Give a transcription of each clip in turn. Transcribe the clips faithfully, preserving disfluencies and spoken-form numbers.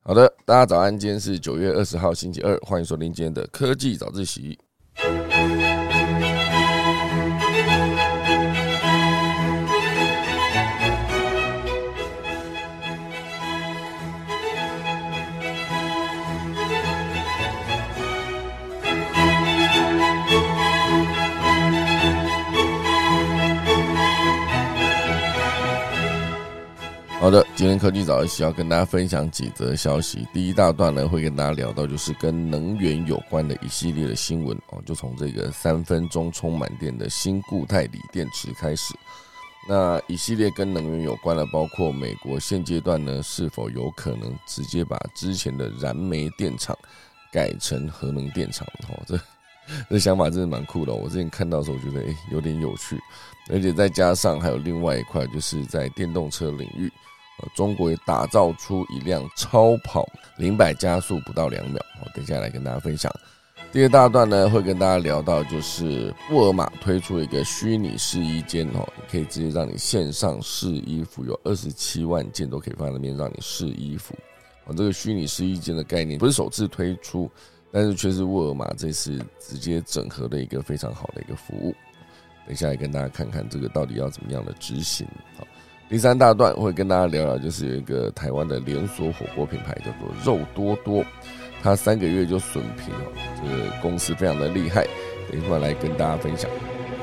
好的，大家早安，今天是九月二十号星期二，欢迎收听今天的科技早自习。好的，今天科技早自习要跟大家分享几则消息。第一大段呢，会跟大家聊到就是跟能源有关的一系列的新闻哦，就从这个三分钟充满电的新固态锂电池开始。那一系列跟能源有关的，包括美国现阶段呢是否有可能直接把之前的燃煤电厂改成核能电厂哦，这这想法真的蛮酷的哦。我之前看到的时候，我觉得诶有点有趣，而且再加上还有另外一块，就是在电动车领域。中国也打造出一辆超跑零百加速不到两秒，等一下来跟大家分享。第二大段呢，会跟大家聊到就是沃尔玛推出了一个虚拟试衣间，可以直接让你线上试衣服，有二十七万件都可以放在那边让你试衣服。这个虚拟试衣间的概念不是首次推出，但是却是沃尔玛这次直接整合的一个非常好的一个服务。等一下来跟大家看看这个到底要怎么样的执行。第三大段会跟大家聊聊，就是有一个台湾的连锁火锅品牌叫做肉多多，它三个月就损平了，这个公司非常的厉害，等一会儿来跟大家分享。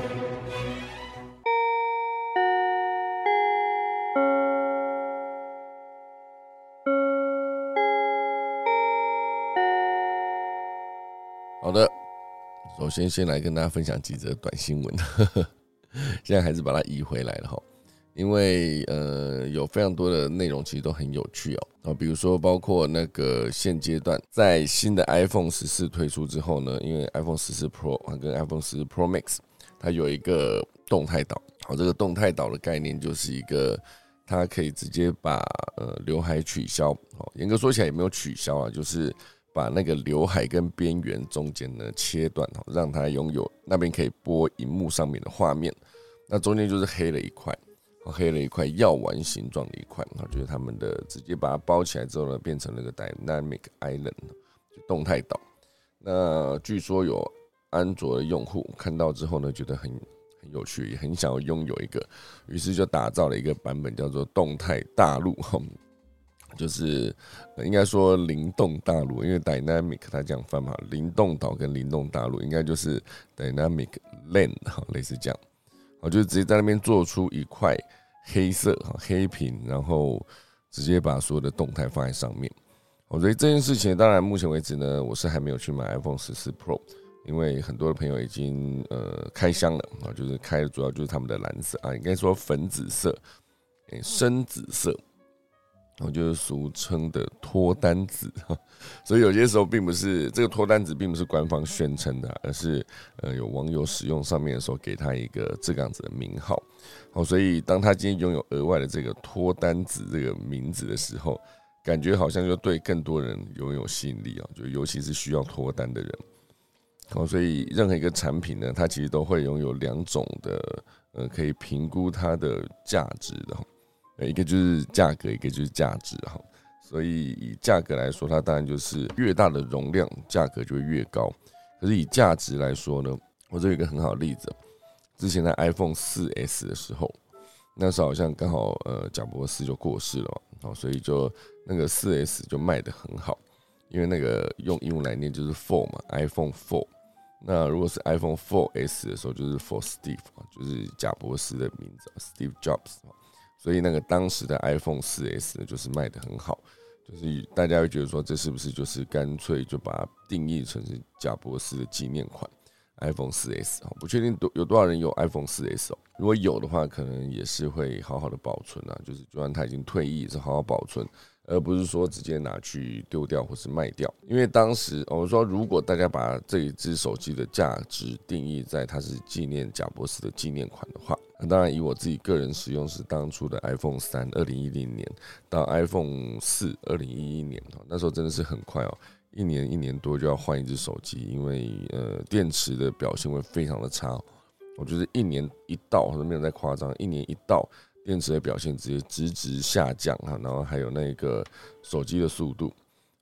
好的，首先先来跟大家分享几则短新闻，呵呵现在还是把它移回来了哈。因为呃有非常多的内容其实都很有趣哦，比如说包括那个现阶段在新的 iPhone 十四推出之后呢，因为 iPhone 十四 Pro 跟 iPhone 十四 Pro Max 它有一个动态岛，好，这个动态岛的概念就是一个它可以直接把呃刘海取消，严格说起来也没有取消啊，就是把那个刘海跟边缘中间呢切断，让它拥有那边可以播荧幕上面的画面，那中间就是黑了一块。黑了一块药丸形状的一块，就是他们的直接把它包起来之后呢，变成了一个 Dynamic Island 就动态岛。那据说有安卓的用户看到之后呢，觉得很很有趣，也很想要拥有一个，于是就打造了一个版本叫做动态大陆，就是应该说灵动大陆，因为 Dynamic 它这样翻嘛，灵动岛跟灵动大陆应该就是 Dynamic Land 类似这样。我就直接在那边做出一块黑色黑屏，然后直接把所有的动态放在上面。所以这件事情，当然目前为止呢，我是还没有去买 iPhone 十四 Pro， 因为很多的朋友已经呃开箱了，就是开的主要就是他们的蓝色啊，应该说粉紫色、深紫色。就是俗称的脱单子，所以有些时候并不是这个脱单子并不是官方宣称的，而是呃有网友使用上面的时候给他一个这个样子的名号。好，所以当他今天拥有额外的这个脱单子这个名字的时候，感觉好像就对更多人拥有吸引力啊，就尤其是需要脱单的人。好，所以任何一个产品呢，它其实都会拥有两种的呃可以评估它的价值的。一个就是价格，一个就是价值，所以以价格来说，它当然就是越大的容量，价格就会越高。可是以价值来说呢，我这有一个很好的例子，之前在 iPhone 四 S 的时候，那时候好像刚好呃贾伯斯就过世了嘛，所以就那个 四 S 就卖得很好，因为那个用英文来念就是 four 嘛 ，iPhone 四。那如果是 iPhone 四 S 的时候，就是 for Steve， 就是贾伯斯的名字 ，Steve Jobs。所以那个当时的 iPhone 四 S 就是卖得很好，就是大家会觉得说这是不是就是干脆就把它定义成是贾伯斯的纪念款 iPhone 四 S， 不确定有多少人有 iPhone 四 S， 如果有的话可能也是会好好的保存啊，就是就算他已经退役也是好好保存，而不是说直接拿去丢掉或是卖掉。因为当时我说如果大家把这一只手机的价值定义在它是纪念贾伯斯的纪念款的话，那当然以我自己个人使用是当初的 iPhone 三二零一零年到 iPhone 四二零一一年，那时候真的是很快哦，一年一年多就要换一只手机，因为呃电池的表现会非常的差，我觉得一年一到没有在夸张，一年一到电池的表现直接直直下降，然后还有那个手机的速度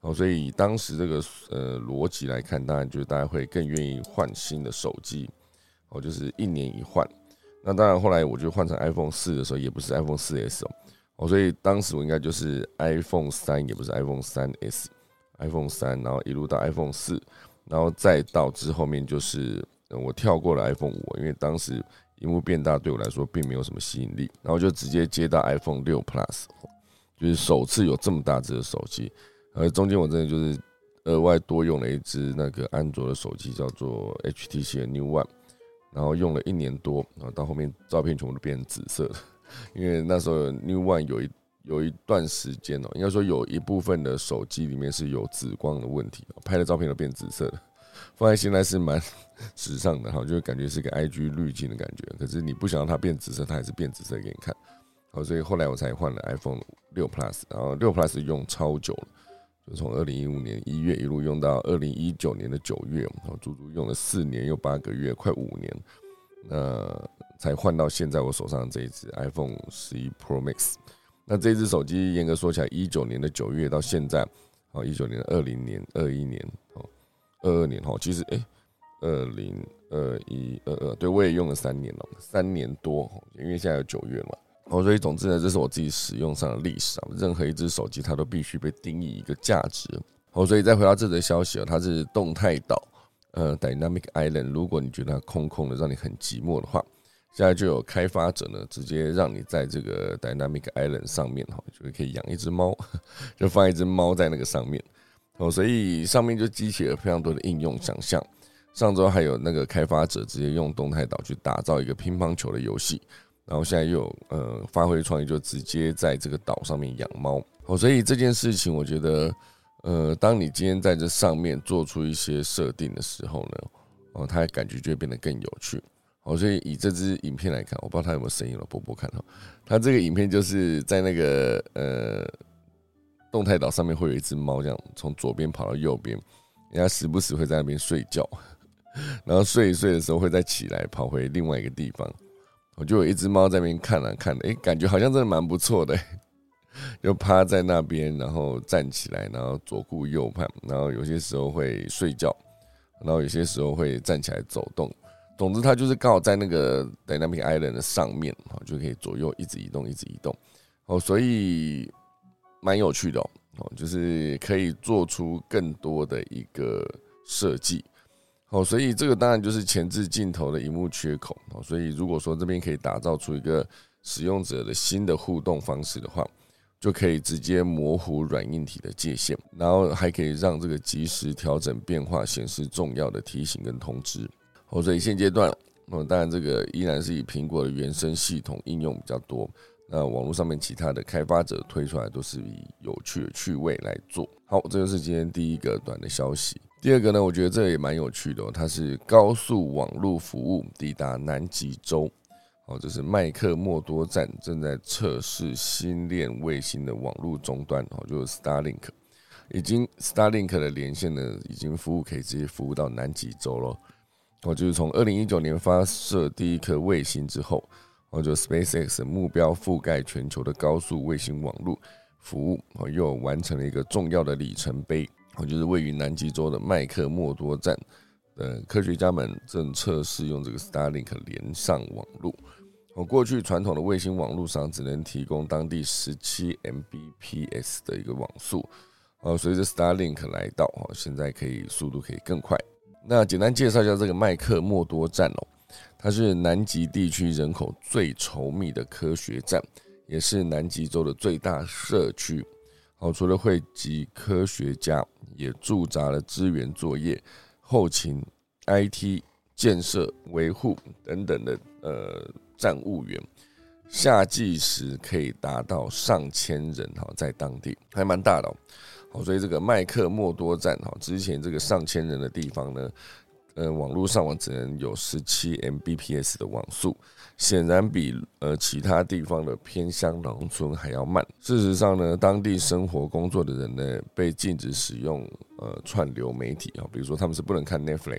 哦，所以当时这个呃逻辑来看，当然就是大家会更愿意换新的手机，哦，就是一年一换。那当然后来我就换成 iPhone 四的时候，也不是 iPhone 四 S 哦，哦，所以当时我应该就是 iPhone 三，也不是 iPhone 三 S，iPhone 三，然后一路到 iPhone 四，然后再到之后面就是我跳过了 iPhone 五，因为当时萤幕变大对我来说并没有什么吸引力，然后就直接接到 iPhone 六 Plus， 就是首次有这么大只的手机。而中间我真的就是额外多用了一只那个安卓的手机，叫做 H T C 的 New One， 然后用了一年多，然后到后面照片全部都变成紫色的，因为那时候 New One 有一有一段时间哦，应该说有一部分的手机里面是有紫光的问题，拍的照片都变紫色的，放在现在是蛮时尚的哈，就感觉是个 I G 滤镜的感觉，可是你不想让它变紫色，它还是变紫色给你看，好，所以后来我才换了 iPhone 六 Plus， 然后六 Plus 用超久了。就从二零一五年一月一路用到二零一九年的九月，足足用了四年又八个月，快五年，那才换到现在我手上的这一只 iPhone 十一 Pro Max。那这只手机严格说起来，一九年的九月到现在，好，一九年、二零年、二一年、二二年，其实哎，二零、二一、二二，对我也用了三年了，三年多，因为现在有九月嘛。哦，所以总之呢，这是我自己使用上的历史啊。任何一只手机，它都必须被定义一个价值。哦，所以再回到这则消息啊，它是动态岛，呃 ，Dynamic Island。如果你觉得它空空的，让你很寂寞的话，现在就有开发者呢，直接让你在这个 Dynamic Island 上面，哈，就可以养一只猫，就放一只猫在那个上面。哦，所以上面就激起了非常多的应用想象。上周还有那个开发者直接用动态岛去打造一个乒乓球的游戏。然后现在又有呃发挥创意，就直接在这个岛上面养猫。哦，所以这件事情，我觉得，呃，当你今天在这上面做出一些设定的时候呢，哦，它的感觉就会变得更有趣。哦，所以以这支影片来看，我不知道它有没有声音了，播播看哈。它这个影片就是在那个呃动态岛上面会有一只猫，这样从左边跑到右边，人家时不时会在那边睡觉，然后睡一睡的时候会再起来跑回另外一个地方。我就有一只猫在那边看啊看，哎、欸，感觉好像真的蛮不错的、欸，就趴在那边，然后站起来，然后左顾右盼，然后有些时候会睡觉，然后有些时候会站起来走动。总之，它就是刚好在那个 Dynamic Island 的上面，就可以左右一直移动，一直移动。哦，所以蛮有趣的哦，就是可以做出更多的一个设计。好，所以这个当然就是前置镜头的萤幕缺口。所以如果说这边可以打造出一个使用者的新的互动方式的话，就可以直接模糊软硬体的界限，然后还可以让这个即时调整变化，显示重要的提醒跟通知。好，所以现阶段，当然这个依然是以苹果的原生系统应用比较多。那网络上面其他的开发者推出来都是以有趣的趣味来做。好，这就是今天第一个短的消息。第二个呢，我觉得这也蛮有趣的、哦，它是高速网络服务抵达南极洲。哦，这是麦克默多站正在测试星链卫星的网络终端，哦，就是 Starlink。已经 Starlink 的连线呢，已经服务可以直接服务到南极洲了。哦，就是从二零一九年发射第一颗卫星之后，哦，就 SpaceX 目标覆盖全球的高速卫星网络服务，哦，又完成了一个重要的里程碑。就是位于南极洲的麦克默多站的科学家们正测试用这个 Starlink 连上网络。过去传统的卫星网络上只能提供当地十七 M B P S 的一个网速，随着 Starlink 来到，现在可以速度可以更快。那简单介绍一下这个麦克默多站哦，它是南极地区人口最稠密的科学站，也是南极洲的最大社区。好，除了汇集科学家，也驻扎了支援作业、后勤、I T、建设、维护等等的呃站务员。夏季时可以达到上千人，在当地还蛮大的哦。好，所以这个麦克默多站，之前这个上千人的地方呢，呃，网络上网只能有十七 M B P S 的网速，显然比呃其他地方的偏乡农村还要慢。事实上呢，当地生活工作的人呢，被禁止使用呃串流媒体啊，比如说他们是不能看 Netflix 的，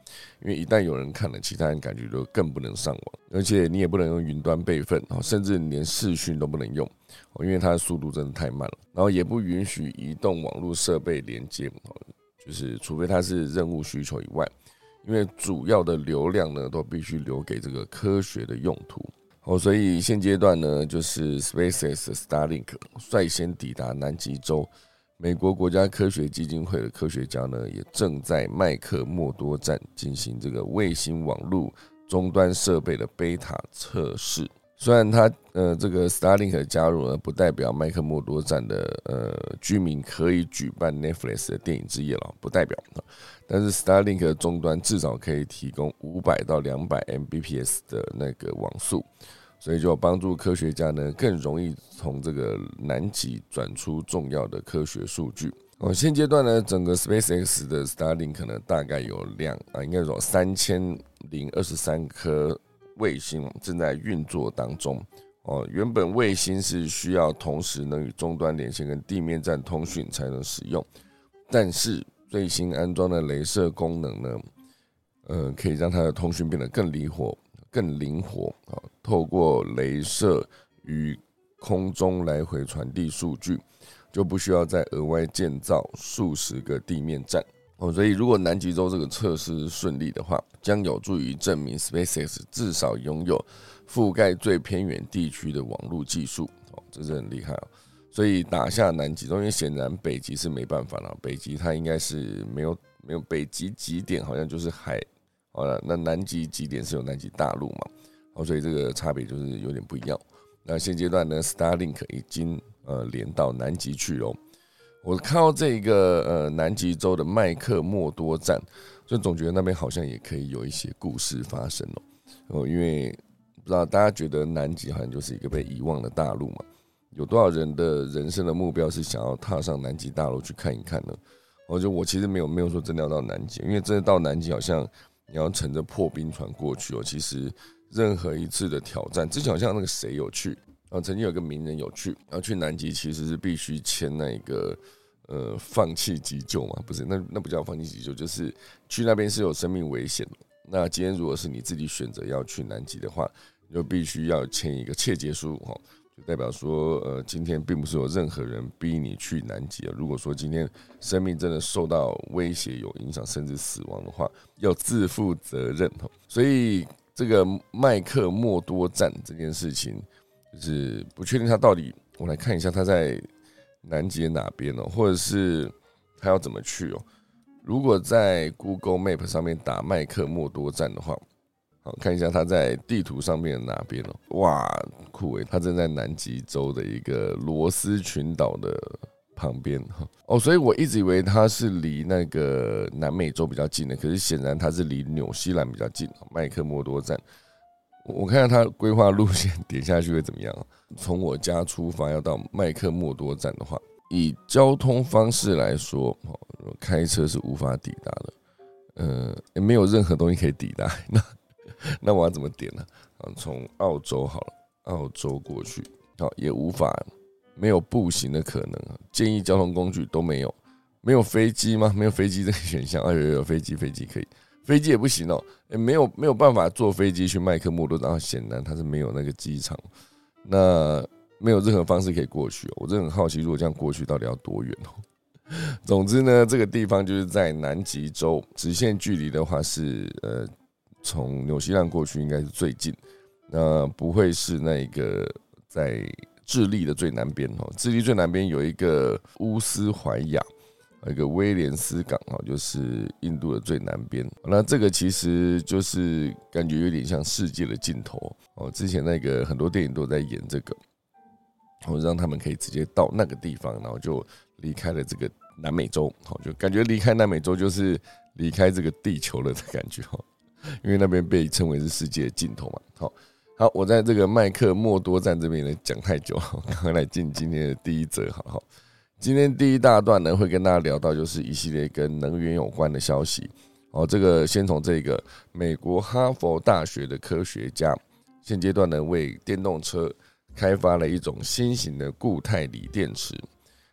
因为一旦有人看了，其他人感觉就更不能上网，而且你也不能用云端备份，甚至连视讯都不能用，因为它的速度真的太慢了。然后也不允许移动网络设备连接，就是除非它是任务需求以外，因为主要的流量呢都必须留给这个科学的用途。哦，所以现阶段呢，就是 SpaceX 的 Starlink 率先抵达南极洲。美国国家科学基金会的科学家呢，也正在麦克默多站进行这个卫星网络终端设备的贝塔测试。虽然它呃这个 Starlink 的加入呢，不代表麦克默多站的呃居民可以举办 Netflix 的电影之夜了，不代表。但是 Starlink 的终端至少可以提供五百到两百 M B P S 的那个网速，所以就帮助科学家呢更容易从这个南极转出重要的科学数据。哦，现阶段呢，整个 SpaceX 的 Starlink 呢大概有两啊，应该有三千零二十三颗卫星正在运作当中。哦，原本卫星是需要同时能与终端连线跟地面站通讯才能使用，但是最新安装的雷射功能呢，呃，可以让它的通讯变得更灵活、更灵活啊，透过雷射与空中来回传递数据，就不需要再额外建造数十个地面站。哦，所以如果南极洲这个测试顺利的话，将有助于证明 SpaceX 至少拥有覆盖最偏远地区的网络技术。哦，这是很厉害哦。所以打下南极洲，因为显然北极是没办法了，北极它应该是没有没有北极极点，好像就是海，好了，那南极极点是有南极大陆嘛，好，所以这个差别就是有点不一样。那现阶段呢 ，Starlink 已经呃连到南极去了。我看到这个呃南极洲的麦克默多站，就总觉得那边好像也可以有一些故事发生哦，因为不知道大家觉得南极好像就是一个被遗忘的大陆嘛。有多少人的人生的目标是想要踏上南极大陆去看一看呢？我就我其实没有没有说真的要到南极，因为真的到南极好像你要乘着破冰船过去哦。其实任何一次的挑战，之前好像那个谁有去啊，曾经有个名人有去，然后去南极其实是必须签那个呃放弃急救嘛，不是那那不叫放弃急救，就是去那边是有生命危险的。那今天如果是你自己选择要去南极的话，你就必须要签一个切结书哈。代表说，呃，今天并不是有任何人逼你去南极啊。如果说今天生命真的受到威胁、有影响，甚至死亡的话，要自负责任。所以这个麦克默多站这件事情，就是不确定他到底，我来看一下他在南极哪边哦，或者是他要怎么去哦。如果在 Google Map 上面打麦克默多站的话，好，看一下它在地图上面哪边哦？哇，酷诶！它正在南极洲的一个罗斯群岛的旁边哦，所以我一直以为它是离那个南美洲比较近的，可是显然它是离纽西兰比较近。麦克默多站，我看看它规划路线，点下去会怎么样？从我家出发要到麦克默多站的话，以交通方式来说，开车是无法抵达的，呃，也没有任何东西可以抵达。那那我要怎么点呢？从澳洲好了，澳洲过去，好也无法，没有步行的可能，建议交通工具都没有，没有飞机吗？没有飞机这个选项，啊有有飞机，飞机可以，飞机也不行哦，欸、没有没有办法坐飞机去麦克默多，然后显然它是没有那个机场，那没有任何方式可以过去、哦，我真的很好奇，如果这样过去到底要多远哦？总之呢，这个地方就是在南极洲，直线距离的话是呃。从纽西兰过去应该是最近，那不会是那个在智利的最南边哦。智利最南边有一个乌斯怀亚，一个威廉斯港哦，就是印度的最南边。那这个其实就是感觉有点像世界的尽头哦。之前那个很多电影都在演这个，哦，让他们可以直接到那个地方，然后就离开了这个南美洲，就感觉离开南美洲就是离开这个地球了的感觉哦。因为那边被称为是世界的尽头嘛。好，好，我在这个麦克默多站这边呢讲太久，赶快来进今天的第一则。好好，今天第一大段呢会跟大家聊到就是一系列跟能源有关的消息。哦，这个先从这个美国哈佛大学的科学家，现阶段呢为电动车开发了一种新型的固态锂电池。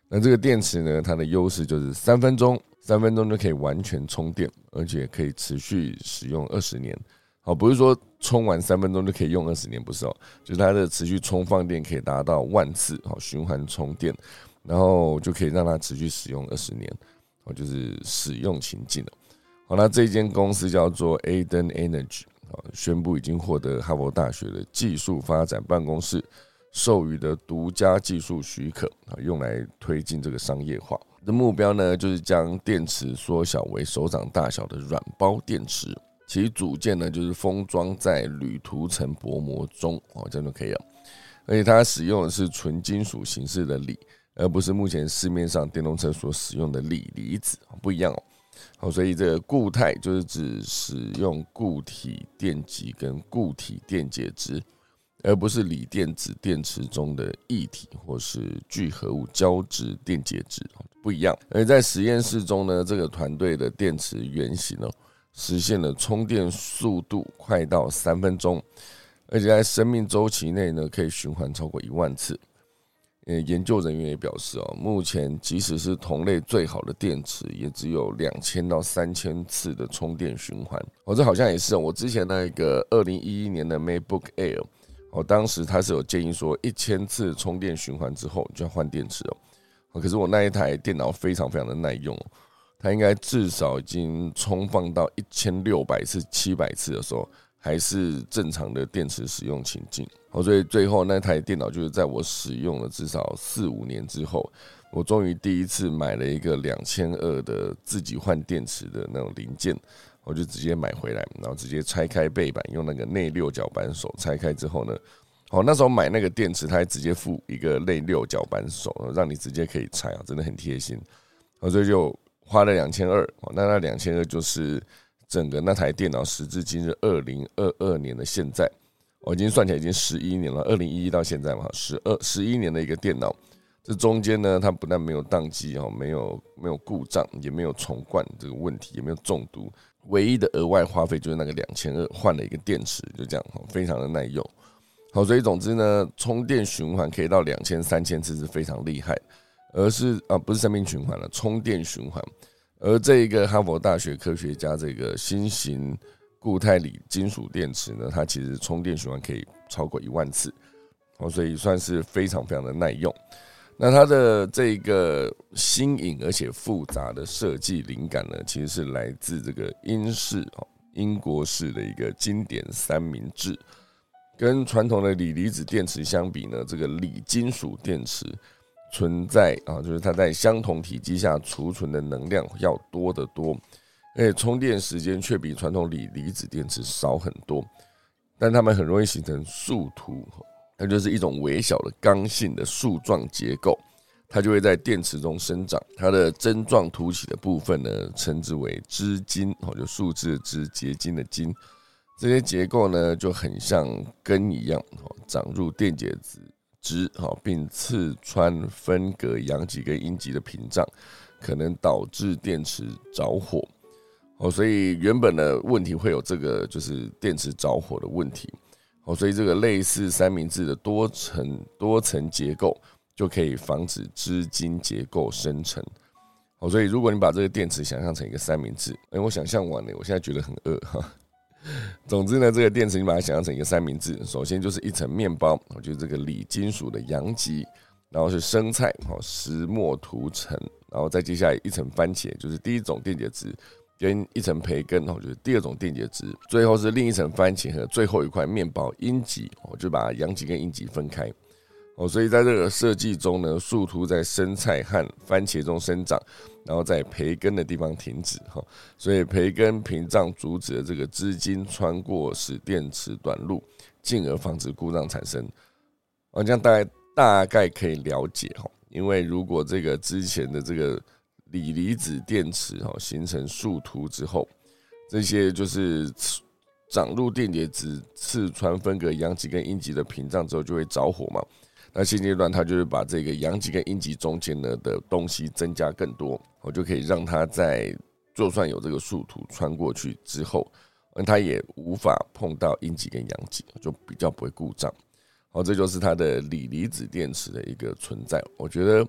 那这个电池呢，它的优势就是三分钟，三分钟就可以完全充电，而且可以持续使用二十年。好，不是说充完三分钟就可以用二十年，不是哦，就是它的持续充放电可以达到万次，好，循环充电，然后就可以让它持续使用二十年，好，就是使用情境了。好，那这间公司叫做 Aiden Energy， 宣布已经获得哈佛大学的技术发展办公室授予的独家技术许可，用来推进这个商业化。的目标呢，就是将电池缩小为手掌大小的软包电池，其组件呢就是封装在铝涂层薄膜中，这样就可以了。而且它使用的是纯金属形式的锂，而不是目前市面上电动车所使用的锂离子，不一样哦。好，所以这个固态就是指使用固体电极跟固体电解质，而不是锂电子电池中的液体或是聚合物胶质电解质，不一样。而在实验室中呢，这个团队的电池原型呢，实现了充电速度快到三分钟，而且在生命周期内呢，可以循环超过一万次。研究人员也表示，目前即使是同类最好的电池，也只有两千到三千次的充电循环。这好像也是我之前那个二零一一年的 MacBook Air， 当时它是有建议说一千次充电循环之后就要换电池了。可是我那一台电脑非常非常的耐用，它应该至少已经充放到一千六百次、七百次的时候，还是正常的电池使用情境。所以最后那台电脑就是在我使用了至少四五年之后，我终于第一次买了一个两千二的自己换电池的那种零件，我就直接买回来，然后直接拆开背板，用那个内六角扳手拆开之后呢，哦，那时候买那个电池，它还直接附一个内六角扳手，让你直接可以拆，真的很贴心。所以就花了两千二，那那两千二就是整个那台电脑时至今日二零二二年的现在，我已经算起来已经十一年了，二零一一到现在嘛，十二十一年的一个电脑。这中间呢，它不但没有宕机，没有没有故障，也没有重灌这个问题，也没有中毒。唯一的额外花费就是那个两千二换了一个电池，就这样，非常的耐用。好，所以总之呢，充电循环可以到两千、三千次是非常厉害，而是啊不是生命循环了，充电循环。而这一个哈佛大学科学家这个新型固态锂金属电池呢，它其实充电循环可以超过一万次，所以算是非常非常的耐用。那它的这个新颖而且复杂的设计灵感呢，其实是来自这个英式英国式的一个经典三明治。跟传统的锂离子电池相比呢，这个锂金属电池存在啊，就是它在相同体积下储存的能量要多得多，而且充电时间却比传统锂离子电池少很多，但它们很容易形成树突，它就是一种微小的刚性的树状结构，它就会在电池中生长。它的针状凸起的部分呢，称之为枝茎，就树枝的枝，结晶的晶。这些结构呢，就很像根一样，长入电解质，并刺穿分隔阳极跟阴极的屏障，可能导致电池着火。所以原本的问题会有这个就是电池着火的问题。所以这个类似三明治的多层多层结构就可以防止枝茎结构生成。所以如果你把这个电池想象成一个三明治，我想象完了，我现在觉得很饿哈。总之呢，这个电池你把它想象成一个三明治，首先就是一层面包，就是这个锂金属的阳极，然后是生菜、石墨涂层，然后再接下来一层番茄，就是第一种电解质，跟一层培根，就是第二种电解质，最后是另一层番茄和最后一块面包阴极，就把阳极跟阴极分开。所以在这个设计中呢，树突在生菜和番茄中生长，然后在培根的地方停止，所以培根屏障阻止了这个枝茎穿过，使电池短路，进而防止故障产生。这样大概大概可以了解，因为如果这个之前的这个锂离子电池形成树突之后，这些就是长入电解质，刺穿分隔阳极跟阴极的屏障之后就会着火嘛。那现阶段它就是把这个阳极跟阴极中间呢的东西增加更多，我就可以让它在就算有这个树突穿过去之后，它也无法碰到阴极跟阳极，就比较不会故障。好，这就是它的锂离子电池的一个存在。我觉得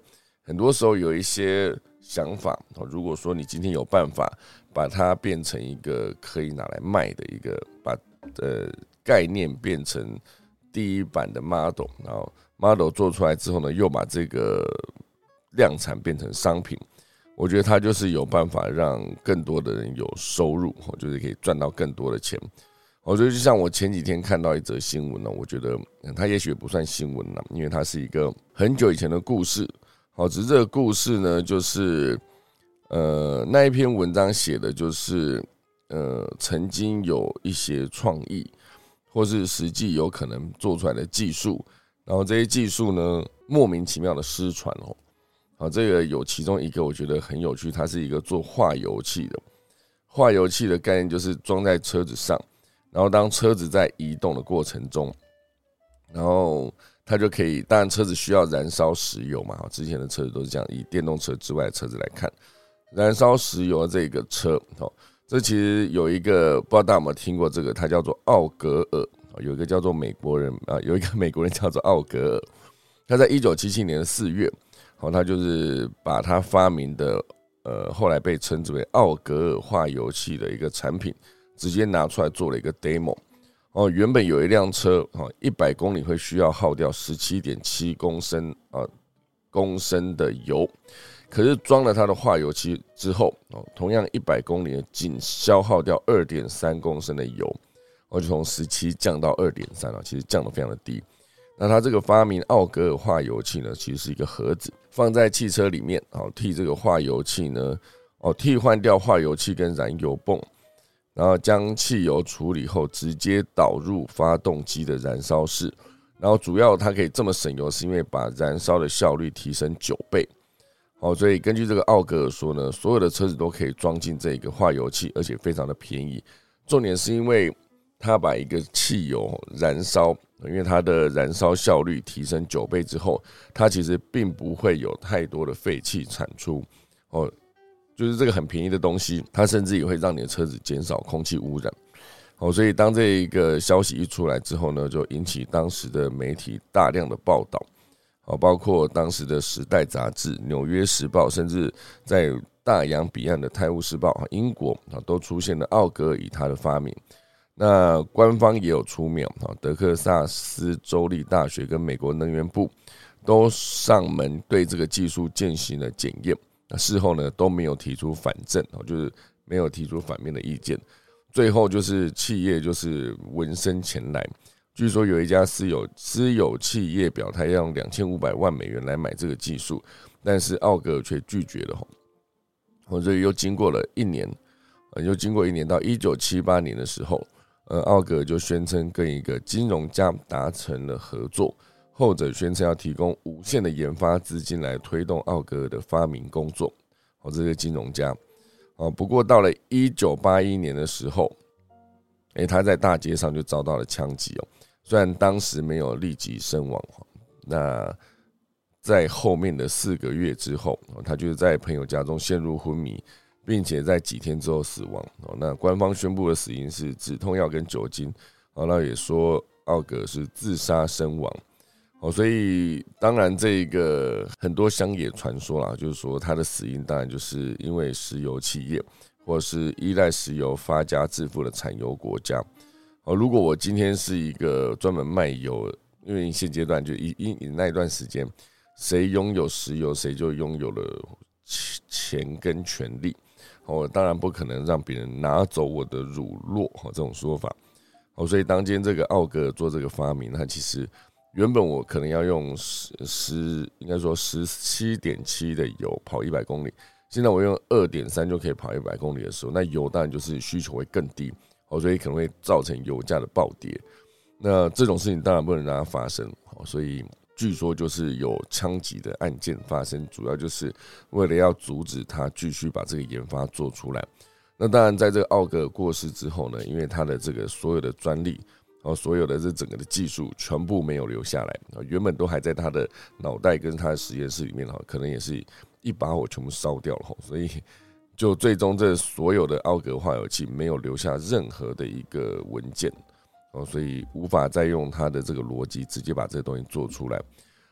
很多时候有一些想法，如果说你今天有办法把它变成一个可以拿来卖的一个，把呃概念变成第一版的 model， 然后 model 做出来之后呢，又把这个量产变成商品，我觉得它就是有办法让更多的人有收入，就是可以赚到更多的钱。我觉得就像我前几天看到一则新闻呢，我觉得它也许不算新闻了，因为它是一个很久以前的故事。好，只是这个故事呢，就是呃那一篇文章写的就是呃曾经有一些创意，或是实际有可能做出来的技术，然后这些技术呢莫名其妙的失传哦。好，这个有其中一个我觉得很有趣，它是一个做化油器的。化油器的概念就是装在车子上，然后当车子在移动的过程中，然后它就可以，当然车子需要燃烧石油嘛，之前的车子都是这样，以电动车之外的车子来看，燃烧石油的这个车，这其实有一个不知道大家有没有听过这个，它叫做奥格尔，有一个叫做美国人啊，有一个美国人叫做奥格尔，他在一九七七年的四月，好，他就是把他发明的，呃，后来被称之为奥格尔化油器的一个产品，直接拿出来做了一个 demo。哦，原本有一辆车，哦，一百公里会需要耗掉 十七点七公升啊公升的油，可是装了它的化油器之后，哦，同样一百公里仅消耗掉 二点三公升的油，哦，就从十七降到 二点三啊，其实降得非常的低。那它这个发明奥格尔化油器呢，其实是一个盒子，放在汽车里面，哦，替这个化油器呢，哦，替换掉化油器跟燃油泵。然后将汽油处理后，直接导入发动机的燃烧室。然后主要它可以这么省油，是因为把燃烧的效率提升九倍。好，所以根据这个奥格尔说呢，所有的车子都可以装进这个化油器，而且非常的便宜。重点是因为它把一个汽油燃烧，因为它的燃烧效率提升九倍之后，它其实并不会有太多的废气产出。哦。就是这个很便宜的东西，它甚至也会让你的车子减少空气污染。好，所以当这一个消息一出来之后呢，就引起当时的媒体大量的报道。好，包括当时的《时代》杂志、《纽约时报》，甚至在大洋彼岸的《泰晤士报》英国都出现了奥格尔以他的发明。那官方也有出面，德克萨斯州立大学跟美国能源部都上门对这个技术进行了检验。事后呢都没有提出反证，就是没有提出反面的意见。最后就是企业就是闻声前来，据说有一家私有私有企业表态要用两千五百万美元来买这个技术，但是奥格尔却拒绝了。所以又经过了一年，又经过一年到一九七八年的时候，呃，奥格尔就宣称跟一个金融家达成了合作。后者宣称要提供无限的研发资金来推动奥格尔的发明工作，哦，这个金融家，哦，不过到了一九八一年的时候，欸，他在大街上就遭到了枪击哦，虽然当时没有立即身亡，那在后面的四个月之后，他就是在朋友家中陷入昏迷，并且在几天之后死亡。那官方宣布的死因是止痛药跟酒精，那也说奥格尔是自杀身亡。哦，所以当然这个很多乡野传说啦，就是说他的死因当然就是因为石油企业或是依赖石油发家致富的产油国家。哦，如果我今天是一个专门卖油，因为现阶段就以以那一段时间，谁拥有石油，谁就拥有了钱跟权利。我当然不可能让别人拿走我的乳酪，这种说法。所以当今天这个奥格尔做这个发明，他其实原本我可能要用十，应该说十七点七的油跑一百公里，现在我用二点三就可以跑一百公里的时候，那油当然就是需求会更低，所以可能会造成油价的暴跌。那这种事情当然不能让它发生，所以据说就是有枪击的案件发生，主要就是为了要阻止他继续把这个研发做出来。那当然，在这个奥格尔过世之后呢，因为他的这个所有的专利，所有的这整个的技术全部没有留下来，原本都还在他的脑袋跟他的实验室里面，可能也是一把火全部烧掉了，所以就最终这所有的奥格尔化油器没有留下任何的一个文件，所以无法再用他的这个逻辑直接把这个东西做出来。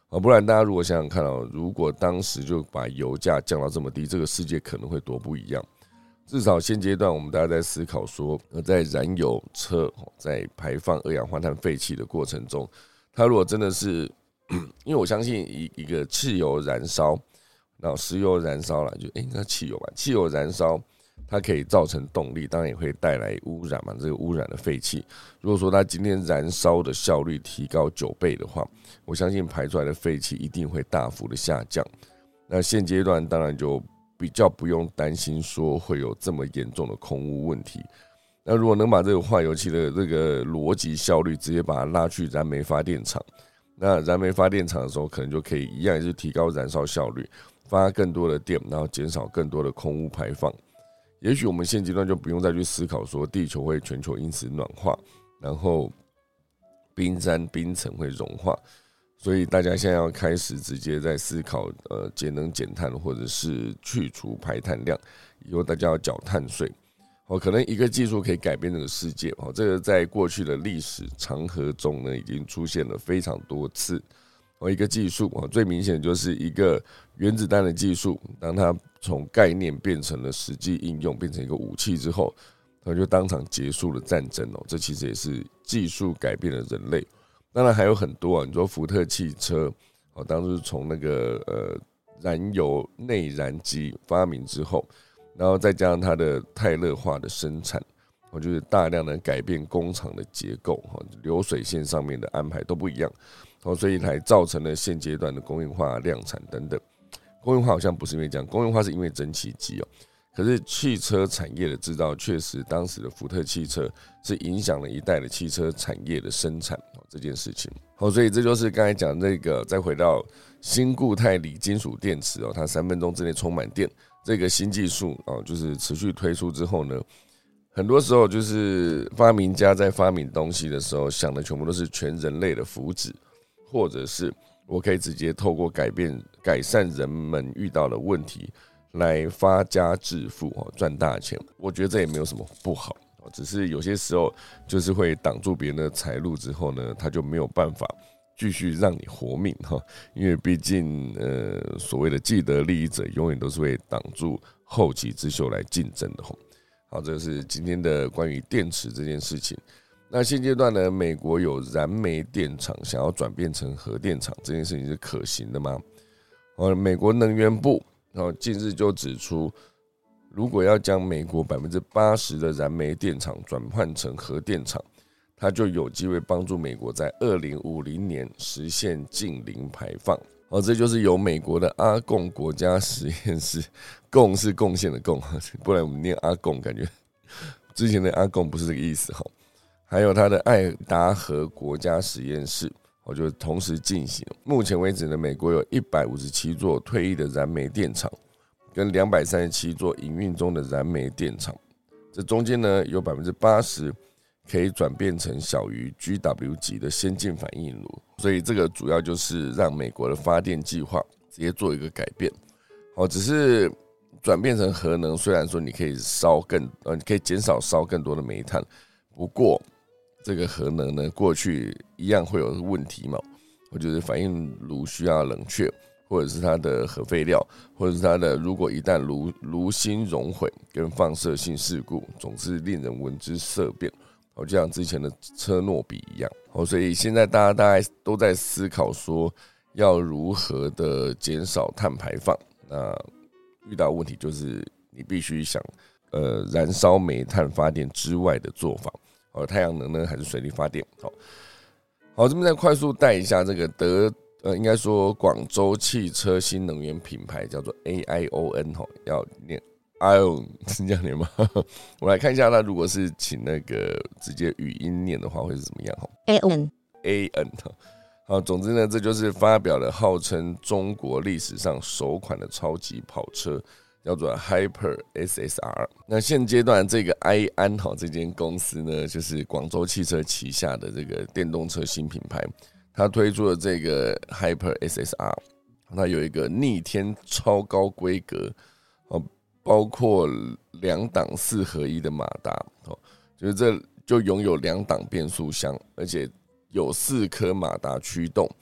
不然大家如果想想看哦，如果当时就把油价降到这么低，这个世界可能会多不一样。至少现阶段，我们大家在思考说，在燃油车在排放二氧化碳废气的过程中，它如果真的是，因为我相信一一个汽油燃烧，然后石油燃烧了，就、欸、应该汽油吧，汽油燃烧它可以造成动力，当然也会带来污染嘛，这个污染的废气。如果说它今天燃烧的效率提高九倍的话，我相信排出来的废气一定会大幅的下降。那现阶段当然就比较不用担心说会有这么严重的空污问题。那如果能把这个化油器的这个逻辑效率直接把它拉去燃煤发电厂，那燃煤发电厂的时候可能就可以一样是提高燃烧效率，发更多的电，然后减少更多的空污排放。也许我们现阶段就不用再去思考说地球会全球因此暖化，然后冰山冰层会融化。所以大家现在要开始直接在思考，呃，节能减碳或者是去除排碳量，以后大家要缴碳税。哦，可能一个技术可以改变这个世界。哦，这个在过去的历史长河中呢，已经出现了非常多次。哦，一个技术，哦，最明显的就是一个原子弹的技术，当它从概念变成了实际应用，变成一个武器之后，它就当场结束了战争。哦，这其实也是技术改变了人类。当然还有很多啊，你说福特汽车，哦，当初从那个呃燃油内燃机发明之后，然后再加上它的泰勒化的生产，我就是大量的改变工厂的结构，流水线上面的安排都不一样，所以才造成了现阶段的工业化、量产等等。工业化好像不是因为这样，工业化是因为蒸汽机哦。可是汽车产业的制造，确实当时的福特汽车是影响了一代的汽车产业的生产这件事情。好，所以这就是刚才讲那个，再回到新固态锂金属电池哦，它三分钟之内充满电这个新技术哦，就是持续推出之后呢，很多时候就是发明家在发明东西的时候，想的全部都是全人类的福祉，或者是我可以直接透过改变改善人们遇到的问题来发家致富赚大钱。我觉得这也没有什么不好，只是有些时候就是会挡住别人的财路之后呢，他就没有辦法继續讓你活命，因為畢竟呃所謂的既得利益者永遠都是會擋住後起之秀來競爭的。好，這是今天的關於電池這件事情。那現階段呢，美國有燃煤電廠想要轉變成核電廠，這件事情是可行的嗎？美國能源部近日就指出，如果要將美國百分之八十的燃煤電廠轉換成核電廠，它就有機會幫助美國在二零五零年實現淨零排放。哦，這就是由美國的阿共國家實驗室，共是貢獻的共，不然我們念阿共，感覺之前的阿共不是這個意思。還有它的愛達荷國家實驗室，我就同時進行。目前為止呢，美國有一百五十七座退役的燃煤電廠，跟兩百三十七座營運中的燃煤電廠，這中間呢有百分之八十可以轉變成小於 G W 級的先進反應爐，所以這個主要就是讓美國的發電計劃直接做一個改變。好，只是轉變成核能，雖然說你可以燒更，呃，你可以減少燒更多的煤炭，不過這個核能呢，過去一樣會有問題嘛，或者是反應爐需要冷卻，或者是它的核廢料，或者是它的如果一旦爐爐芯熔毀跟放射性事故，總是令人聞之色變。就像之前的車諾比一樣，所以現在大家大概都在思考說要如何的減少碳排放。那遇到問題就是你必須想，呃，燃燒煤炭發電之外的做法。好，太陽能呢，還是水力發電？好，好，這邊再快速帶一下這個德，呃，應該說廣州汽車新能源品牌叫做 A I O N， 要念。ion 是這樣念嗎？我來看一下，那如果是請那個直接語音念的話，會是怎麼樣？Aon Aon 好，總之呢，這就是發表了號稱中國歷史上首款的超級跑車，叫做 Hyper S S R。那現階段這個 i 安好這間公司呢，就是廣州汽車旗下的這個電動車新品牌，它推出了這個 Hyper S S R， 它有一個逆天超高規格。包括兩檔四合一的馬達，就是這就擁有兩檔變速箱，而且有四顆馬達驅動，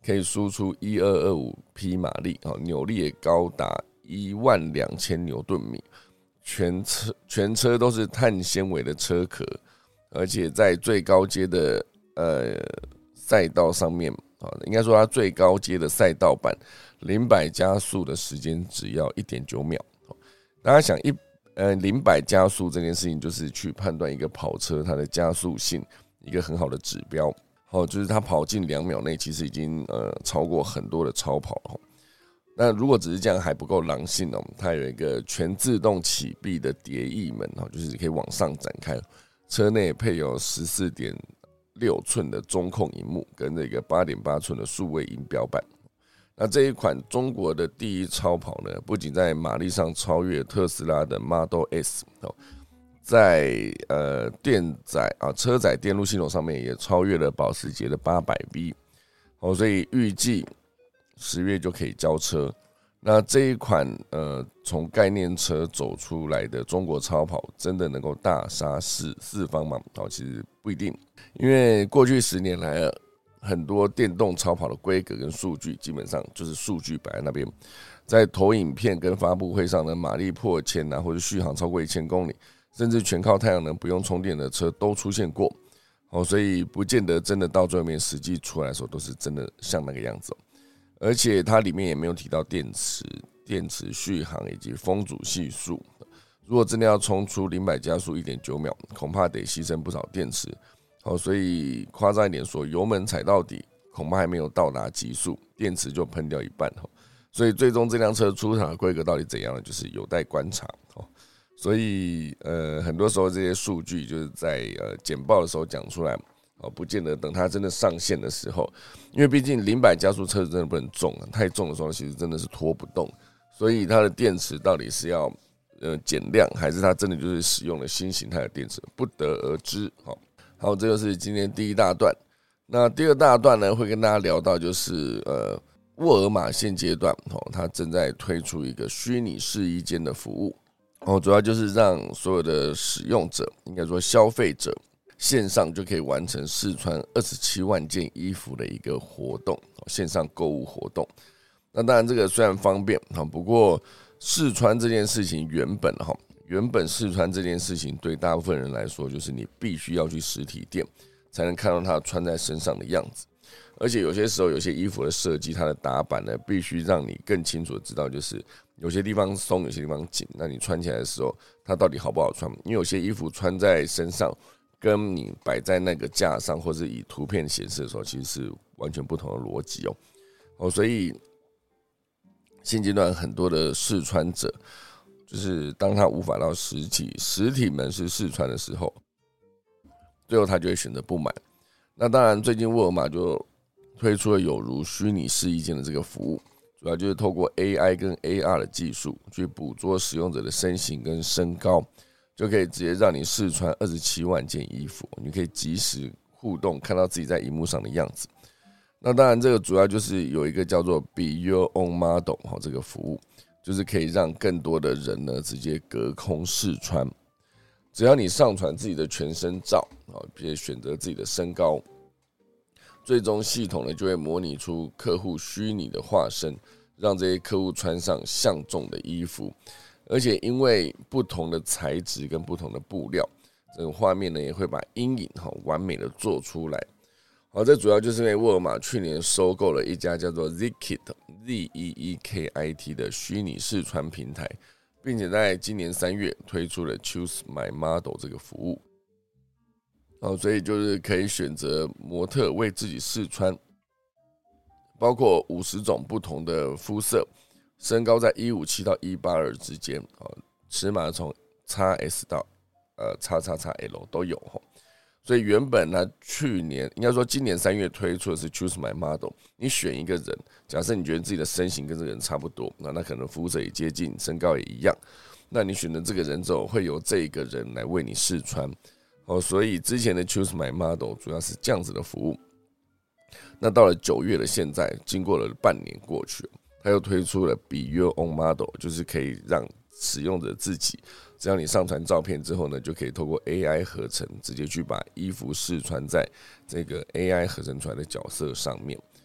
可以输出一千二百二十五匹马力，扭力也高达一万两千牛顿米，全车全车都是碳纤维的车壳，而且在最高阶的呃赛道上面，应该说它最高阶的赛道版零百加速的时间只要 一点九秒。大家想一呃零百加速这件事情，就是去判断一个跑车它的加速性一个很好的指标。好，就是它跑进两秒内，其实已经呃超过很多的超跑了。那如果只是这样还不够狼性哦，它有一个全自动启闭的蝶翼门，就是可以往上展开。车内配有 十四点六寸的中控萤幕跟这个 八点八寸的数位仪表板。那这一款中国的第一超跑呢，不仅在马力上超越特斯拉的 Model S， 在呃电载啊车载电路系统上面也超越了保时捷的 八百 V， 所以预计十月就可以交车。那这一款呃从概念车走出来的中国超跑，真的能够大杀四四方吗？其实不一定，因为过去十年来，很多电动超跑的规格跟数据，基本上就是数据摆在那边，在投影片跟发布会上呢，马力破千啊，或者续航超过一千公里，甚至全靠太阳能不用充电的车都出现过，所以不见得真的到最后面实际出来的时候都是真的像那个样子。而且它里面也没有提到电池、电池续航以及风阻系数。如果真的要冲出零百加速 一点九秒，恐怕得牺牲不少电池。所以夸张一点说，油门踩到底，恐怕还没有到达极速，电池就喷掉一半。所以最终这辆车出厂的规格到底怎样呢？就是有待观察。所以呃，很多时候这些数据就是在呃简报的时候讲出来。不见得等它真的上线的时候，因为毕竟零百加速车子真的不能重，太重的时候其实真的是拖不动，所以它的电池到底是要呃减量，还是它真的就是使用了新形态的电池，不得而知。好，好，这就是今天第一大段。那第二大段呢，会跟大家聊到就是呃沃尔玛现阶段它正在推出一个虚拟试衣间的服务，主要就是让所有的使用者，应该说消费者。线上就可以完成试穿二十七万件衣服的一个活动，线上购物活动。那当然，这个虽然方便，不过试穿这件事情原本哈，原本试穿这件事情对大部分人来说，就是你必须要去实体店才能看到它穿在身上的样子。而且有些时候，有些衣服的设计，它的打版呢，必须让你更清楚的知道，就是有些地方松，有些地方紧。那你穿起来的时候，它到底好不好穿？因为有些衣服穿在身上，跟你摆在那个架上，或是以图片显示的时候，其实是完全不同的逻辑哦。哦，所以现阶段很多的试穿者，就是当他无法到实体实体门市试穿的时候，最后他就会选择不买。那当然，最近沃尔玛就推出了有如虚拟试衣间的这个服务，主要就是透过 A I 跟 A R 的技术去捕捉使用者的身形跟身高。就可以直接让你试穿二十七万件衣服，你可以即时互动，看到自己在荧幕上的样子。那当然，这个主要就是有一个叫做 Be Your Own Model 这个服务，就是可以让更多的人呢直接隔空试穿。只要你上传自己的全身照，并且选择自己的身高，最终系统呢就会模拟出客户虚拟的化身，让这些客户穿上相中的衣服。而且因为不同的材质跟不同的布料，这个画面呢也会把阴影完美的做出来。好，这主要就是因为沃尔玛去年收购了一家叫做 Zeekit Z E E K I T 的虚拟试穿平台，并且在今年三月推出了 Choose My Model 这个服务。好，所以就是可以选择模特为自己试穿，包括五十种不同的肤色。身高在一百五十七到一百八十二之间，尺码从 X S 到呃 X X X L 都有。所以原本呢，去年应该说今年三月推出的是 Choose My Model， 你选一个人，假设你觉得自己的身形跟这个人差不多，那那可能肤色也接近，身高也一样，那你选择这个人之后，会由这个人来为你试穿。所以之前的 Choose My Model 主要是这样子的服务。那到了九月的现在，经过了半年过去，他又推出了 Be Your Own Model， 就是可以让使用者自己，只要你上传照片之后呢，就可以透过 A I 合成，直接去把衣服试穿在这个 A I 合成出来的角色上面。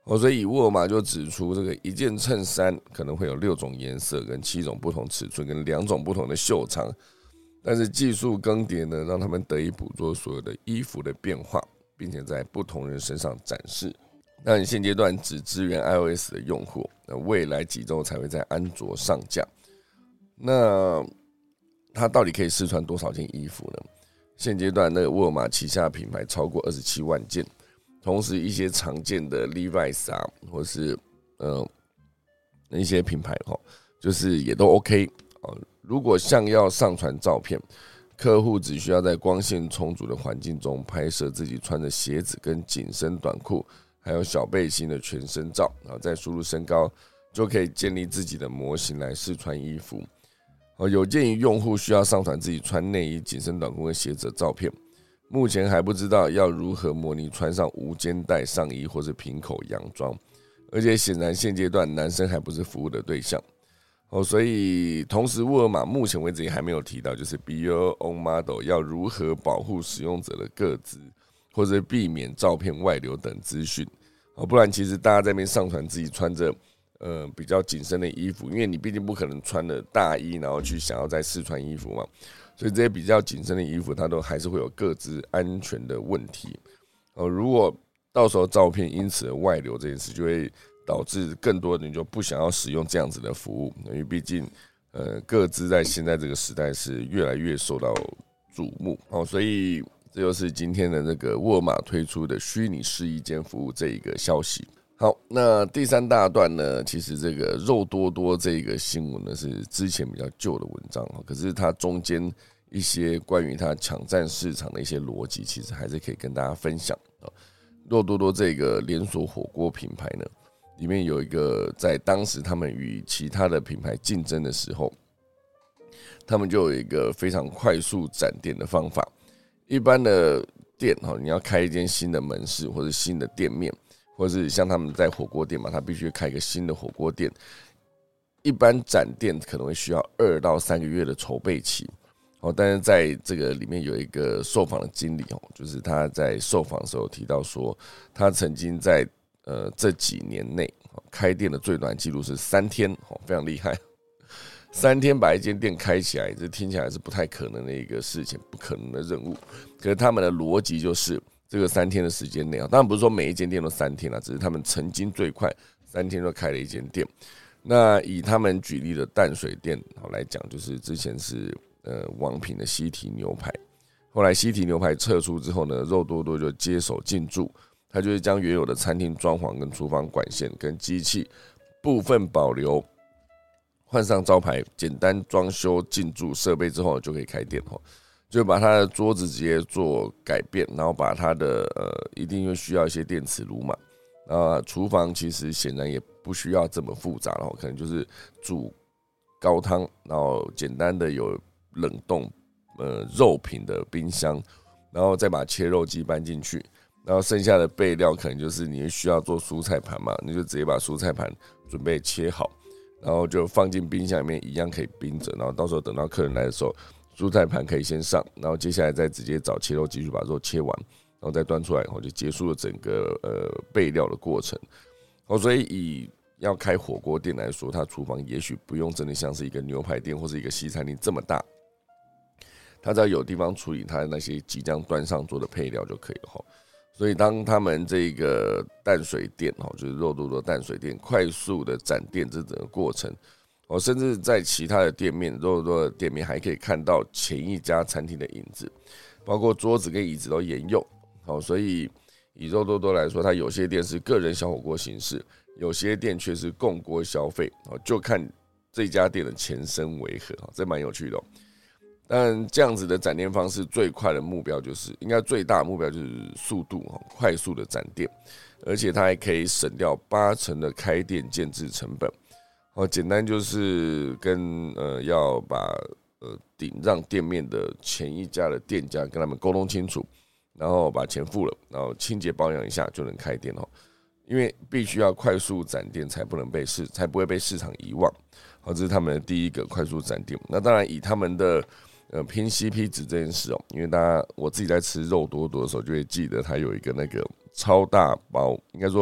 哦，所以以沃尔玛就指出，这个一件衬衫可能会有六种颜色、跟七种不同尺寸、跟两种不同的袖长，但是技术更迭呢，让他们得以捕捉所有的衣服的变化，并且在不同人身上展示。但现阶段只支援 iOS 的用户，那未来几周才会在安卓上架。那它到底可以试穿多少件衣服呢？现阶段那个沃尔玛旗下品牌超过二十七万件。同时，一些常见的 Levi's 啊，或是呃一些品牌哈，就是也都 OK 啊。如果像要上传照片，客户只需要在光线充足的环境中拍摄自己穿的鞋子跟紧身短裤，还有小背心的全身照，然后再输入身高，就可以建立自己的模型来试穿衣服。有鉴于用户需要上传自己穿内衣、紧身短裤跟鞋子的照片。目前还不知道要如何模拟穿上无肩带上衣或是平口洋装，而且显然现阶段男生还不是服务的对象。哦，所以同时沃尔玛目前为止也还没有提到，就是 Be Your Own Model 要如何保护使用者的个资，或者避免照片外流等资讯。哦，不然其实大家在那边上传自己穿着呃比较紧身的衣服，因为你毕竟不可能穿了大衣然后去想要再试穿衣服嘛。所以这些比较紧身的衣服，它都还是会有各自安全的问题。哦，如果到时候照片因此而外流这件事，就会导致更多人就不想要使用这样子的服务，因为毕竟呃各自在现在这个时代是越来越受到瞩目。哦，所以这就是今天的那个沃尔玛推出的虚拟试衣间服务这一个消息。好，那第三大段呢，其实这个肉多多这个新闻呢是之前比较旧的文章，可是它中间一些关于它抢占市场的一些逻辑，其实还是可以跟大家分享。肉多多这个连锁火锅品牌呢，里面有一个在当时他们与其他的品牌竞争的时候，他们就有一个非常快速展店的方法。一般的店你要开一间新的门市或者新的店面，或是像他们在火锅店嘛，他必须开一个新的火锅店。一般展店可能会需要二到三个月的筹备期，但是在这个里面有一个受访的经理，就是他在受访的时候提到说，他曾经在呃这几年内开店的最短记录是三天，非常厉害。三天把一间店开起来，这听起来是不太可能的一个事情，不可能的任务。可是他们的逻辑就是，这个三天的时间内，当然不是说每一间店都三天啦，只是他们曾经最快三天就开了一间店。那以他们举例的淡水店来讲，就是之前是呃王品的西提牛排，后来西提牛排撤出之后呢，肉多多就接手进驻，他就是将原有的餐厅装潢跟厨房管线跟机器部分保留，换上招牌，简单装修进驻设备之后就可以开店，就把他的桌子直接做改变，然后把他的呃一定又需要一些电磁炉嘛，那厨房其实显然也不需要这么复杂，然后可能就是煮高汤，然后简单的有冷冻呃肉品的冰箱，然后再把切肉机搬进去，然后剩下的备料可能就是你需要做蔬菜盘嘛，你就直接把蔬菜盘准备切好，然后就放进冰箱里面，一样可以冰着，然后到时候等到客人来的时候，蔬菜盘可以先上，然后接下来再直接找切肉机去把肉切完，然后再端出来，然后就结束了整个呃备料的过程。所以以要开火锅店来说，它厨房也许不用真的像是一个牛排店或是一个西餐厅这么大，它只要有地方处理它那些即将端上桌的配料就可以了。所以当他们这个淡水店，就是肉多多淡水店快速的展店这整个过程，甚至在其他的店面，肉多多的店面还可以看到前一家餐厅的影子，包括桌子跟椅子都沿用。所以以肉多多来说，它有些店是个人小火锅形式，有些店却是共锅消费，就看这家店的前身为何，这蛮有趣的。但这样子的展店方式最快的目标就是，应该最大的目标就是速度，快速的展店，而且它还可以省掉八成的开店建制成本。简单就是跟呃要把呃顶让店面的前一家的店家跟他们沟通清楚，然后把钱付了，然后清洁保养一下就能开店哦。因为必须要快速展店，才不能被市才不会被市场遗忘。好，这是他们的第一个快速展店。那当然以他们的呃拼 C P 值这件事哦，因为大家我自己在吃肉多多的时候，就会记得它有一个那个超大包，应该说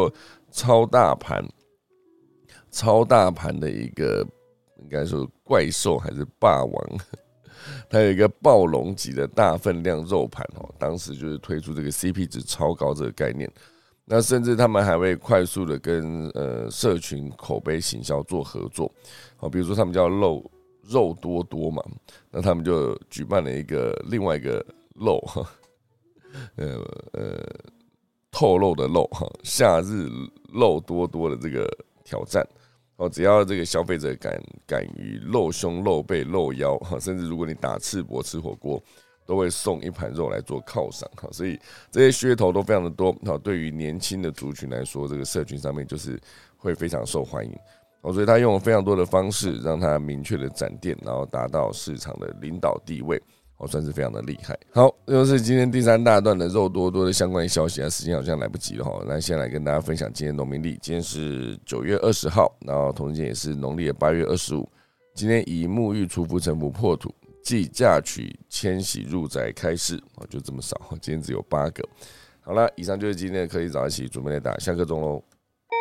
超大盘、超大盘的一个应该说怪兽还是霸王，它有一个暴龙级的大分量肉盘哦，当时就是推出这个 C P 值超高这个概念。那甚至他们还会快速的跟呃社群口碑行销做合作，好，比如说他们叫肉肉多多嘛，那他们就举办了一个另外一个肉，呃呃透露的肉哈，夏日肉多多的这个挑战。哦，只要这个消费者敢敢于露胸、露背、露腰，甚至如果你打赤膊吃火锅，都会送一盘肉来做犒赏。所以这些噱头都非常的多。对于年轻的族群来说，这个社群上面就是会非常受欢迎。所以他用了非常多的方式，让他明确的展店，然后达到市场的领导地位。哦，算是非常的厉害。好，这就是今天第三大段的肉多多的相关消息啊，时间好像来不及了哈。那先来跟大家分享今天农民历，今天是九月二十号，然后同时间也是农历的八月二十五。今天以沐浴除福尘福破土，继嫁娶迁徙入宅开市，哦，就这么少，今天只有八个。好了，以上就是今天的科技早一起，准备来打下课钟喽。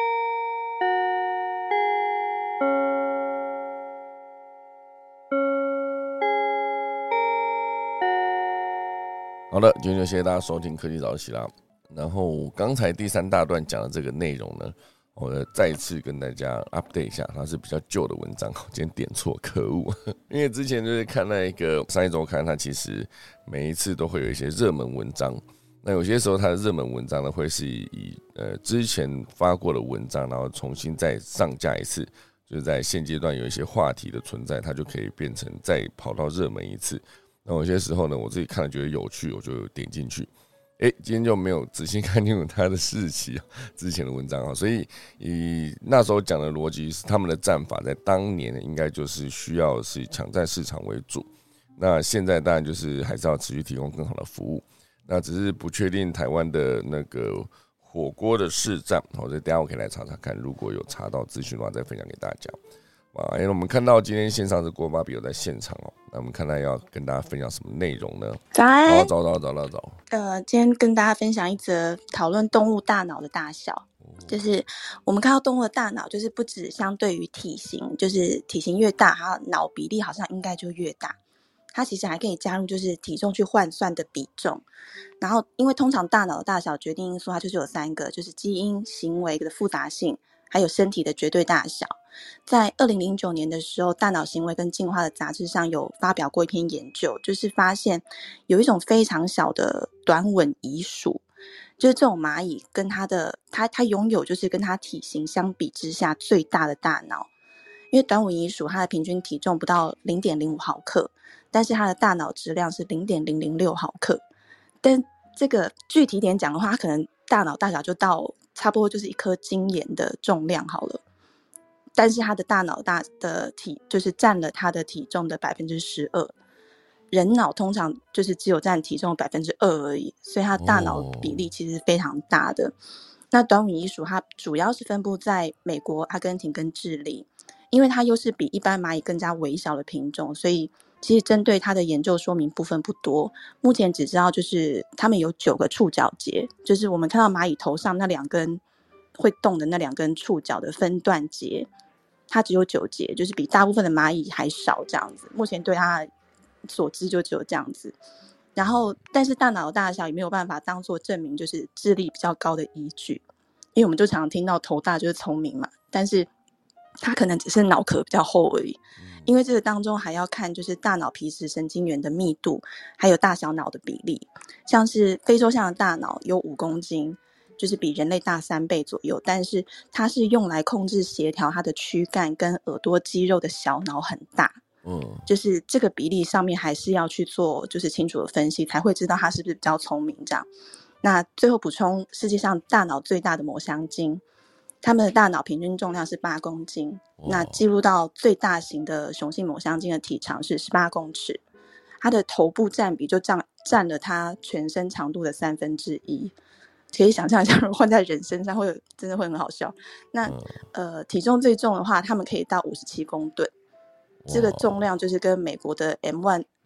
好的，今天就谢谢大家收听科技早起啦。然后刚才第三大段讲的这个内容呢，我再次跟大家 update 一下，它是比较旧的文章，今天点错，可恶！因为之前就是看那一个商业周刊，它其实每一次都会有一些热门文章。那有些时候它的热门文章呢，会是以呃之前发过的文章，然后重新再上架一次，就是在现阶段有一些话题的存在，它就可以变成再跑到热门一次。那有些时候呢，我自己看了觉得有趣，我就点进去。哎，今天就没有仔细看清楚它的日期之前的文章啊，所以以那时候讲的逻辑是，他们的战法在当年应该就是需要是抢占市场为主。那现在当然就是还是要持续提供更好的服务。那只是不确定台湾的那个火锅的市占，所以等一下我可以来查查看，如果有查到资讯的话，再分享给大家。啊，因为我们看到今天线上是郭爸比有在现场哦，那我们看他要跟大家分享什么内容呢？ 早安， 好，早早早早早。 呃，今天跟大家分享一则讨论动物大脑的大小，就是我们看到动物的大脑，就是不只相对于体型，就是体型越大，它脑比例好像应该就越大。它其实还可以加入就是体重去换算的比重，然后因为通常大脑的大小决定因素，它就是有三个，就是基因、行为的复杂性，还有身体的绝对大小。在二零零九年的时候，大脑行为跟进化的杂志上有发表过一篇研究，就是发现有一种非常小的短吻蚁属，就是这种蚂蚁跟它的它它拥有就是跟它体型相比之下最大的大脑。因为短吻蚁属它的平均体重不到 零点零五毫克，但是它的大脑质量是 零点零零六毫克。但这个具体点讲的话，它可能大脑大小就到差不多就是一颗金盐的重量好了。但是它的大脑大的体就是占了它的体重的 百分之十二， 人脑通常就是只有占体重的 百分之二 而已，所以它大脑比例其实非常大的。那短吻蚁属它主要是分布在美国、阿根廷跟智利，因为它又是比一般蚂蚁更加微小的品种，所以其实针对它的研究说明部分不多。目前只知道就是它们有九个触角节，就是我们看到蚂蚁头上那两根会动的那两根触角的分段节，它只有九节，就是比大部分的蚂蚁还少这样子。目前对它所知就只有这样子。然后但是大脑的大小也没有办法当作证明就是智力比较高的依据，因为我们就常常听到头大就是聪明嘛，但是它可能只是脑壳比较厚而已。因为这个当中还要看就是大脑皮质神经元的密度，还有大小脑的比例。像是非洲象的大脑有五公斤，就是比人类大三倍左右，但是它是用来控制协调它的躯干跟耳朵肌肉的小脑很大。嗯，就是这个比例上面还是要去做就是清楚的分析，才会知道它是不是比较聪明这样。那最后补充，世界上大脑最大的抹香鲸，它们的大脑平均重量是八公斤，那记录到最大型的雄性抹香鲸的体长是十八公尺，它的头部占比就占占了它全身长度的三分之一。可以想象一下，如果换在人身上会有真的会很好笑。那呃，体重最重的话，他们可以到五十七公吨，这个重量就是跟美国的 M 一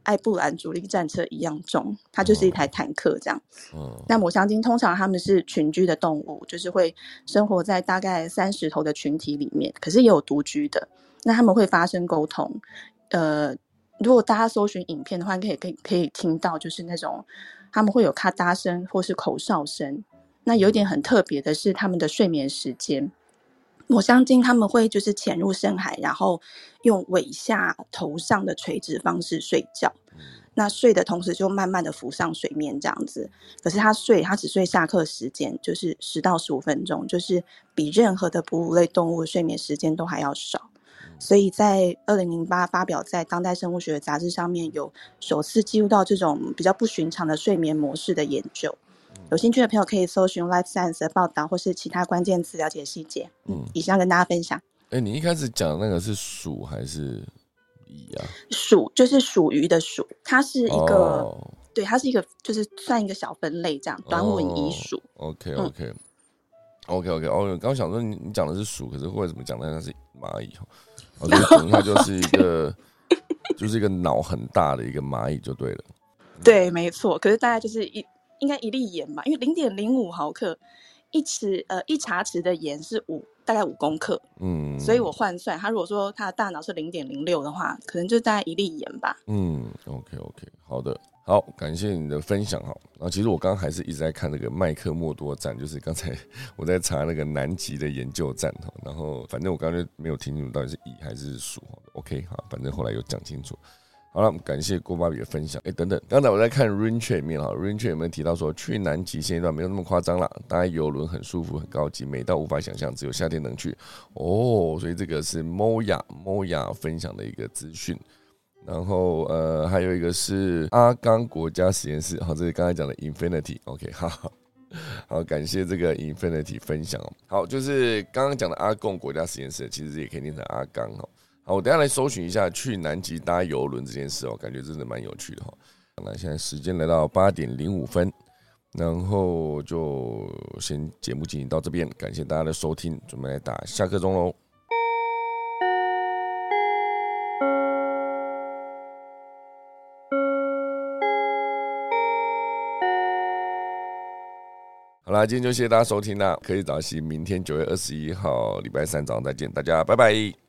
艾布兰主力战车一样重，它就是一台坦克这样。 嗯， 那抹香鲸通常它们是群居的动物，就是会生活在大概三十头的群体里面，可是也有独居的。那他们会发生沟通，呃，如果大家搜寻影片的话，可以可以可以听到，就是那种他们会有咔嗒声或是口哨声。那有一点很特别的是，他们的睡眠时间。抹香鲸他们会就是潜入深海，然后用尾下头上的垂直方式睡觉。那睡的同时就慢慢的浮上水面这样子。可是他睡，他只睡下课时间就是十到十五分钟，就是比任何的哺乳类动物的睡眠时间都还要少。所以在二零零八发表在《当代生物学》杂志上面，有首次记录到这种比较不寻常的睡眠模式的研究。有兴趣的朋友可以搜寻 Life Science 的报道或是其他关键词了解细节。嗯，以上跟大家分享。 哎、欸，你一开始讲的那个是鼠还是蚁啊？ 鼠就是属于的鼠，它是一个、哦、对，它是一个就是算一个小分类这样，短吻蚁鼠。 哦、OK OK、嗯、OK OK， 哦，我刚刚想说你你讲的是鼠，可是为什么讲的那是蚂蚁？哦，所以它就是一个就是一个脑很大的一个蚂蚁就对了。 对，没错。可是大概就是一应该一粒盐吧，因为零点零五毫克，一匙呃一茶匙的盐是五大概五公克，嗯，所以我换算，他如果说他的大脑是零点零六的话，可能就大概一粒盐吧。 嗯 ，OK OK， 好的，好，感谢你的分享哈。然后其实我刚刚还是一直在看那个麦克默多站，就是刚才我在查那个南极的研究站哈，然后反正我刚刚就没有听清楚到底是蚁还是鼠 ，OK 好，反正后来有讲清楚。好了，感谢郭芭比的分享。哎、欸，等等，刚才我在看 Raintree 里面哈 ，Raintree 有没有提到说去南极现阶段没有那么夸张啦，大概邮轮很舒服、很高级，美到无法想象，只有夏天能去。哦，所以这个是 Moya Moya 分享的一个资讯。然后呃，还有一个是阿冈国家实验室，好，这是刚才讲的 Infinity。OK， 好，好，感谢这个 Infinity 分享哦。好，就是刚刚讲的阿贡国家实验室，其实也可以念成阿冈哦。好，我等一下来搜寻一下去南极搭邮轮这件事哦，感觉真的蛮有趣的哈。那现在时间来到八点零五分，然后就先节目进行到这边，感谢大家的收听，准备来打下课钟喽。好啦，今天就谢谢大家收听啦，可以早起，明天九月二十一号礼拜三早上再见，大家拜拜。